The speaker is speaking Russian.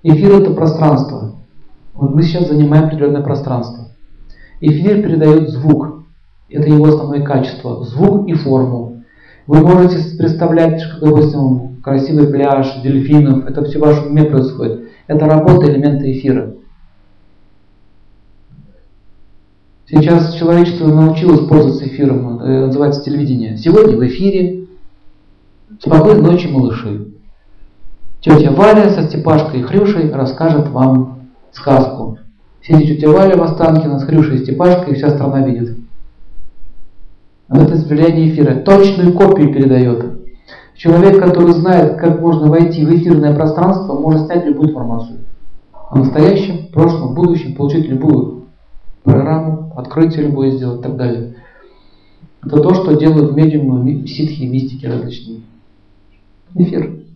Эфир — это пространство. Вот мы сейчас занимаем определенное пространство. Эфир передает звук. Это его основное качество. Звук и форму. Вы можете представлять, что, допустим, красивый пляж, дельфинов. Это все в вашем уме происходит. Это работа элемента эфира. Сейчас человечество научилось пользоваться эфиром. Это называется телевидение. Сегодня в эфире «Спокойной ночи, малыши». Тетя Валя со Степашкой и Хрюшей расскажет вам сказку. Сидит тетя Валя в Останкино с Хрюшей и Степашкой, и вся страна видит. Это влияние эфира. Точную копию передает. Человек, который знает, как можно войти в эфирное пространство, может снять любую информацию. О настоящем, прошлом, будущем, получить любую программу, открытие любое сделать и так далее. Это то, что делают медиумы, ситхи, мистики различные. Эфир.